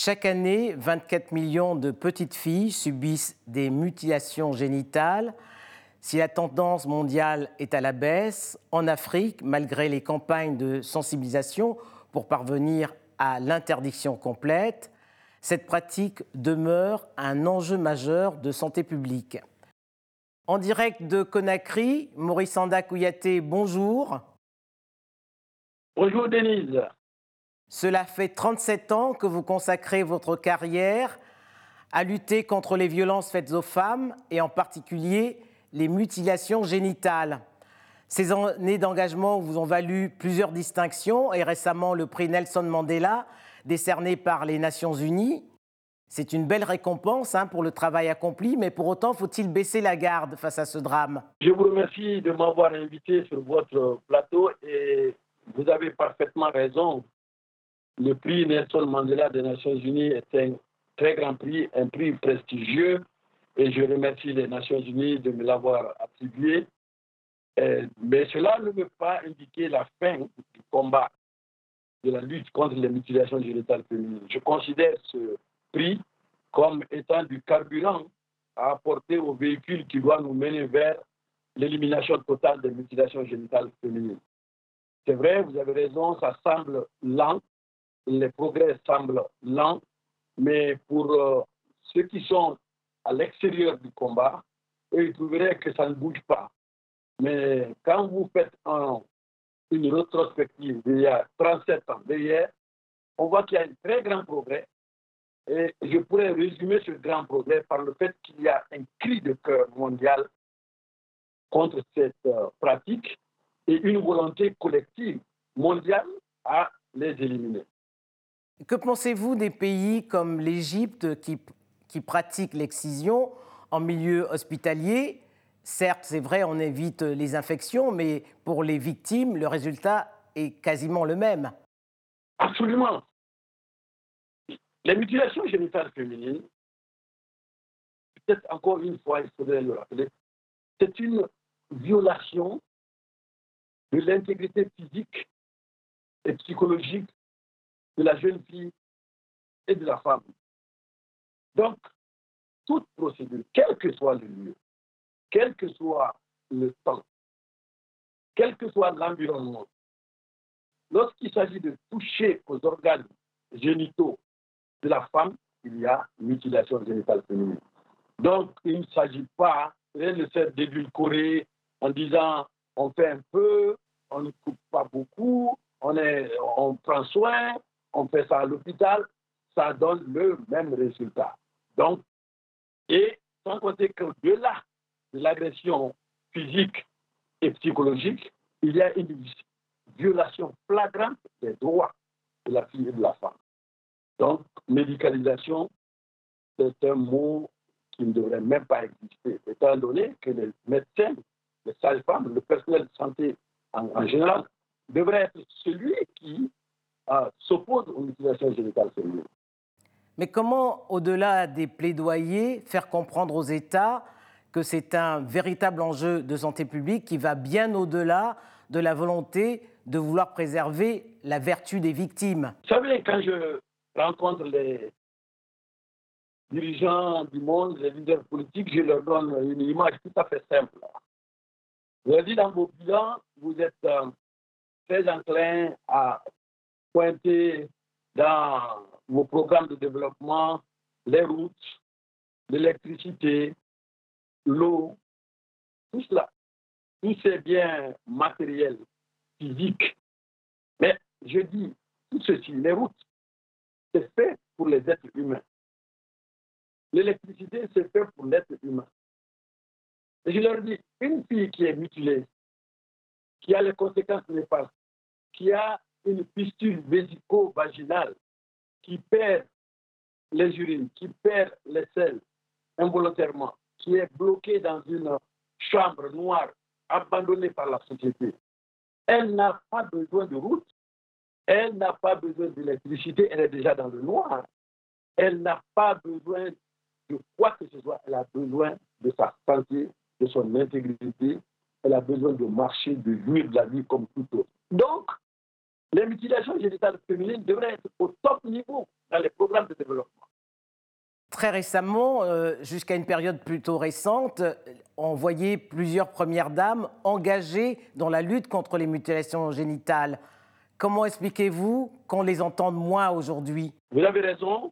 Chaque année, 24 millions de petites filles subissent des mutilations génitales. Si la tendance mondiale est à la baisse, en Afrique, malgré les campagnes de sensibilisation pour parvenir à l'interdiction complète, cette pratique demeure un enjeu majeur de santé publique. En direct de Conakry, Maurice Anda Kouyaté, bonjour. Bonjour Denise. Cela fait 37 ans que vous consacrez votre carrière à lutter contre les violences faites aux femmes et en particulier les mutilations génitales. Ces années d'engagement vous ont valu plusieurs distinctions et récemment le prix Nelson Mandela, décerné par les Nations Unies. C'est une belle récompense pour le travail accompli, mais pour autant, faut-il baisser la garde face à ce drame? Je vous remercie de m'avoir invité sur votre plateau et vous avez parfaitement raison. Le prix Nelson Mandela des Nations Unies est un très grand prix, un prix prestigieux et je remercie les Nations Unies de me l'avoir attribué. Mais cela ne veut pas indiquer la fin du combat de la lutte contre les mutilations génitales féminines. Je considère ce prix comme étant du carburant à apporter au véhicule qui doit nous mener vers l'élimination totale des mutilations génitales féminines. C'est vrai, vous avez raison, ça semble lent, les progrès semblent lents, mais pour ceux qui sont à l'extérieur du combat, eux, ils trouveraient que ça ne bouge pas. Mais quand vous faites une rétrospective d'il y a 37 ans derrière, on voit qu'il y a un très grand progrès. Et je pourrais résumer ce grand progrès par le fait qu'il y a un cri de cœur mondial contre cette pratique et une volonté collective mondiale à les éliminer. Que pensez-vous des pays comme l'Égypte qui pratiquent l'excision en milieu hospitalier? Certes, c'est vrai, on évite les infections, mais pour les victimes, le résultat est quasiment le même. Absolument. Les mutilations génitales féminines, peut-être encore une fois, il faudrait le rappeler, c'est une violation de l'intégrité physique et psychologique de la jeune fille et de la femme. Donc, toute procédure, quel que soit le lieu, quel que soit le temps, quel que soit l'environnement, lorsqu'il s'agit de toucher aux organes génitaux de la femme, il y a mutilation génitale féminine. Donc, il ne s'agit pas, rien ne s'est d'édulcorer en disant on fait un peu, on ne coupe pas beaucoup, on prend soin, on fait ça à l'hôpital, ça donne le même résultat. Donc, et sans compter qu'au-delà de l'agression physique et psychologique, il y a une violation flagrante des droits de la fille et de la femme. Donc, médicalisation, c'est un mot qui ne devrait même pas exister, étant donné que les médecins, les sages-femmes, le personnel de santé en général, devrait être celui qui s'oppose aux mutilations génitales féminines. Mais comment, au-delà des plaidoyers, faire comprendre aux États que c'est un véritable enjeu de santé publique qui va bien au-delà de la volonté de vouloir préserver la vertu des victimes? Vous savez, quand je rencontre les dirigeants du monde, les leaders politiques, je leur donne une image tout à fait simple. Je leur dis dans vos bilans, vous êtes très enclin à pointer dans vos programmes de développement les routes, l'électricité, l'eau, tout cela. Tous ces biens matériels, physiques. Mais je dis, tout ceci, les routes, c'est fait pour les êtres humains. L'électricité, c'est fait pour l'être humain. Et je leur dis, une fille qui est mutilée, qui a les conséquences néfastes, qui a une fistule vésico-vaginale, qui perd les urines, qui perd les selles involontairement, qui est bloquée dans une chambre noire, abandonnée par la société, elle n'a pas besoin de route, elle n'a pas besoin d'électricité, elle est déjà dans le noir. Elle n'a pas besoin de quoi que ce soit, elle a besoin de sa santé, de son intégrité, elle a besoin de marcher, de jouir de la vie comme tout autre. Donc, les mutilations génitales féminines devraient être au top niveau dans les programmes de développement. Très récemment, jusqu'à une période plutôt récente, on voyait plusieurs premières dames engagées dans la lutte contre les mutilations génitales. Comment expliquez-vous qu'on les entende moins aujourd'hui? Vous avez raison,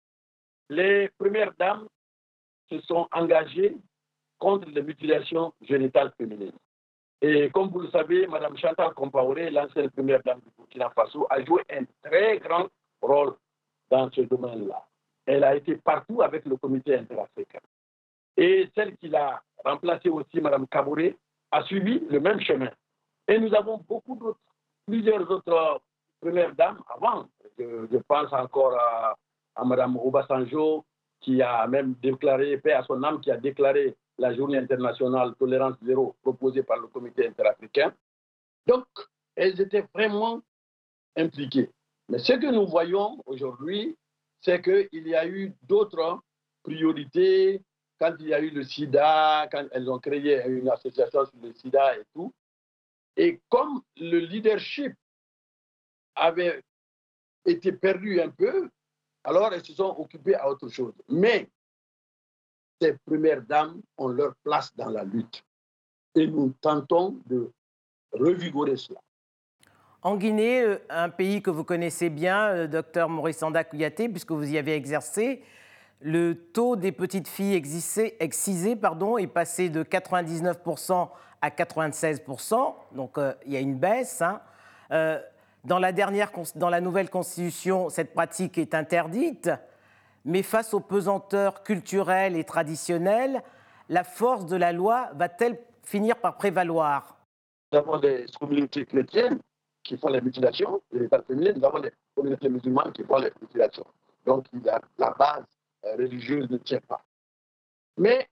les premières dames se sont engagées contre les mutilations génitales féminines. Et comme vous le savez, Mme Chantal Compaoré, l'ancienne première dame du Burkina Faso, a joué un très grand rôle dans ce domaine-là. Elle a été partout avec le comité interafricain. Et celle qui l'a remplacée aussi, Mme Kaboré, a suivi le même chemin. Et nous avons plusieurs autres premières dames avant. Je pense encore à Mme Obasanjo, qui a même déclaré, paix à son âme, qui a déclaré la journée internationale tolérance zéro proposée par le comité interafricain. Donc, elles étaient vraiment impliquées. Mais ce que nous voyons aujourd'hui, c'est qu'il y a eu d'autres priorités. Quand il y a eu le sida, quand elles ont créé une association sur le sida et tout. Et comme le leadership avait été perdu un peu, alors elles se sont occupées à autre chose. Mais ces premières dames ont leur place dans la lutte. Et nous tentons de revigorer cela. En Guinée, un pays que vous connaissez bien, docteur Maurice Sanda Kouyaté, puisque vous y avez exercé, le taux des petites filles excisées est passé de 99% à 96%, donc il y a une baisse. Hein. Dans la nouvelle constitution, cette pratique est interdite, mais face aux pesanteurs culturelles et traditionnelles, la force de la loi va-t-elle finir par prévaloir? Nous avons des communautés chrétiennes qui font les mutilations, les féminines, nous avons des communautés musulmanes qui font les mutilations. Donc la base religieuse ne tient pas. Mais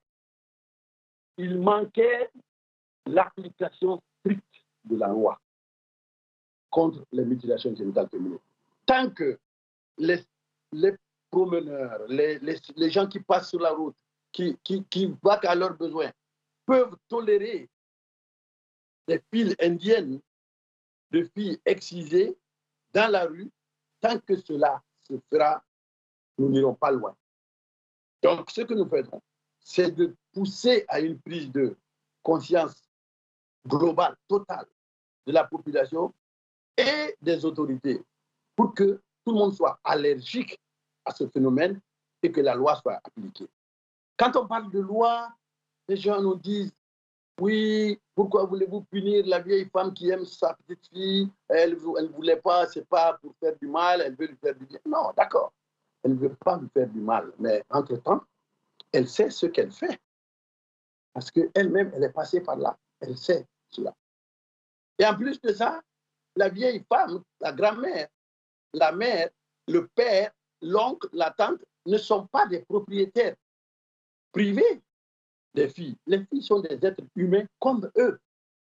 il manquait l'application stricte de la loi contre les mutilations génitales féminines. Tant que les promeneurs, les gens qui passent sur la route, qui voient qu'à leurs besoins, peuvent tolérer des files indiennes de filles excisées dans la rue, tant que cela se fera, nous n'irons pas loin. Donc, ce que nous faisons, c'est de pousser à une prise de conscience globale, totale, de la population et des autorités, pour que tout le monde soit allergique à ce phénomène et que la loi soit appliquée. Quand on parle de loi, les gens nous disent: oui, pourquoi voulez-vous punir la vieille femme qui aime sa petite fille? Elle ne voulait pas, c'est pas pour faire du mal, elle veut lui faire du bien. Non, d'accord, elle ne veut pas lui faire du mal, mais entre-temps, elle sait ce qu'elle fait. Parce qu'elle-même, elle est passée par là, elle sait cela. Et en plus de ça, la vieille femme, la grand-mère, la mère, le père, l'oncle, la tante ne sont pas des propriétaires privés des filles. Les filles sont des êtres humains comme eux.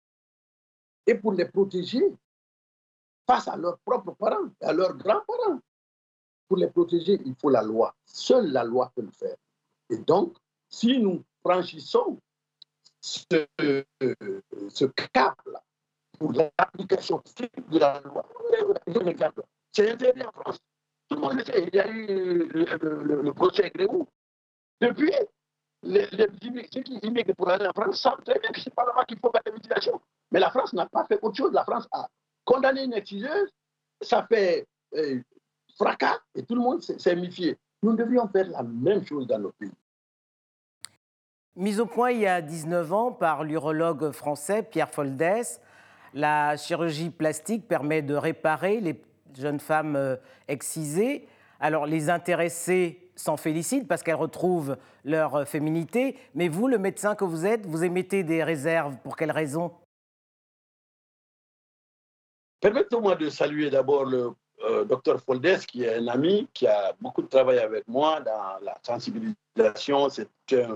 Et pour les protéger face à leurs propres parents et à leurs grands-parents, pour les protéger, il faut la loi. Seule la loi peut le faire. Et donc, si nous franchissons ce cap-là pour l'application stricte de la loi, c'est interdit en France. Tout le monde le sait. Il y a eu le procès Grégoire. Depuis, ceux qui immigrent pour aller en France savent très bien que ce n'est pas là-bas qu'il faut faire des mutilations. Mais la France n'a pas fait autre chose. La France a condamné une exciseuse, ça fait fracas et tout le monde s'est méfié. Nous devrions faire la même chose dans nos pays. Mise au point il y a 19 ans par l'urologue français Pierre Foldès, la chirurgie plastique permet de réparer les jeunes femmes excisées. Alors les intéressés s'en félicitent parce qu'elles retrouvent leur féminité, mais vous, le médecin que vous êtes, vous émettez des réserves. Pour quelles raisons? Permettez-moi de saluer d'abord le docteur Foldès, qui est un ami, qui a beaucoup de travail avec moi dans la sensibilisation. C'est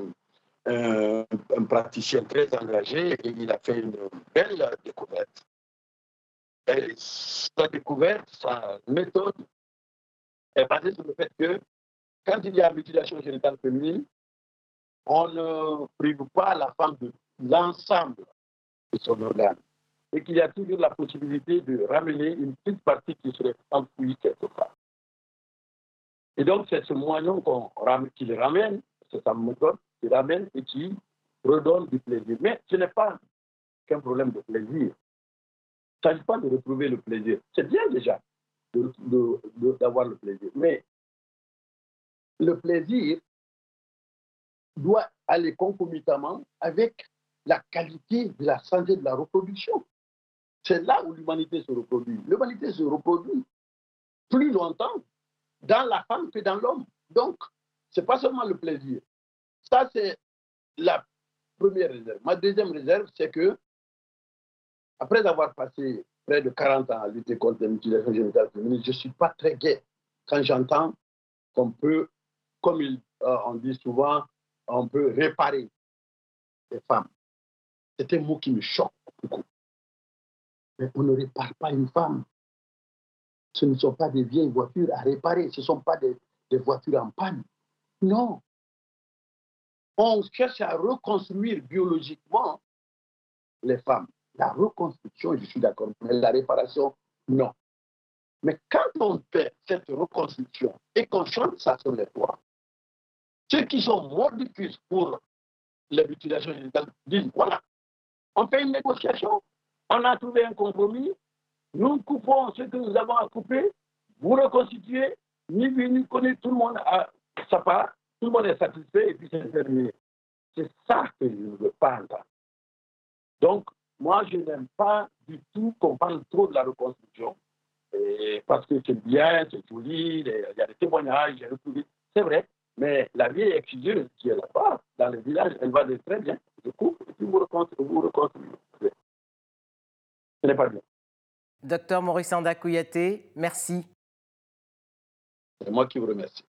un praticien très engagé et il a fait une belle découverte. Et sa découverte, sa méthode est basée sur le fait que quand il y a mutilation génitale féminine, on ne prive pas la femme de l'ensemble de son organe. Et qu'il y a toujours la possibilité de ramener une petite partie qui serait enfouie quelque part. Et donc, c'est ce moignon qui les ramène, c'est sa méthode, qui ramène et qui redonne du plaisir. Mais ce n'est pas qu'un problème de plaisir. Il ne s'agit pas de retrouver le plaisir. C'est bien déjà d'avoir le plaisir. Mais le plaisir doit aller concomitamment avec la qualité de la santé de la reproduction. C'est là où l'humanité se reproduit. L'humanité se reproduit plus longtemps dans la femme que dans l'homme. Donc, ce n'est pas seulement le plaisir. Ça, c'est la première réserve. Ma deuxième réserve, c'est que, après avoir passé près de 40 ans à lutter contre les mutilations génitales féminines, je ne suis pas très gai quand j'entends qu'on peut, comme on dit souvent, on peut réparer les femmes. C'est un mot qui me choque beaucoup. Mais on ne répare pas une femme. Ce ne sont pas des vieilles voitures à réparer, ce ne sont pas des voitures en panne. Non. On cherche à reconstruire biologiquement les femmes. La reconstruction, je suis d'accord, mais la réparation, non. Mais quand on fait cette reconstruction et qu'on chante ça sur les toits, ceux qui sont mordicus pour les mutilations génitales disent, voilà, on fait une négociation, on a trouvé un compromis, nous coupons ce que nous avons à couper, vous reconstituez, ni vu ni connu, tout le monde a sa part, tout le monde est satisfait et puis c'est terminé. C'est ça que je ne veux pas entendre. Donc, moi, je n'aime pas du tout qu'on parle trop de la reconstruction, parce que c'est bien, c'est joli, il y a des témoignages, il y a des... C'est vrai, mais la vieille excuseuse qui est là-bas, dans le village, elle va dire très bien, je coupe et puis vous reconstruisez. Ce n'est pas bien. Docteur Maurice Anda Kouyaté, merci. C'est moi qui vous remercie.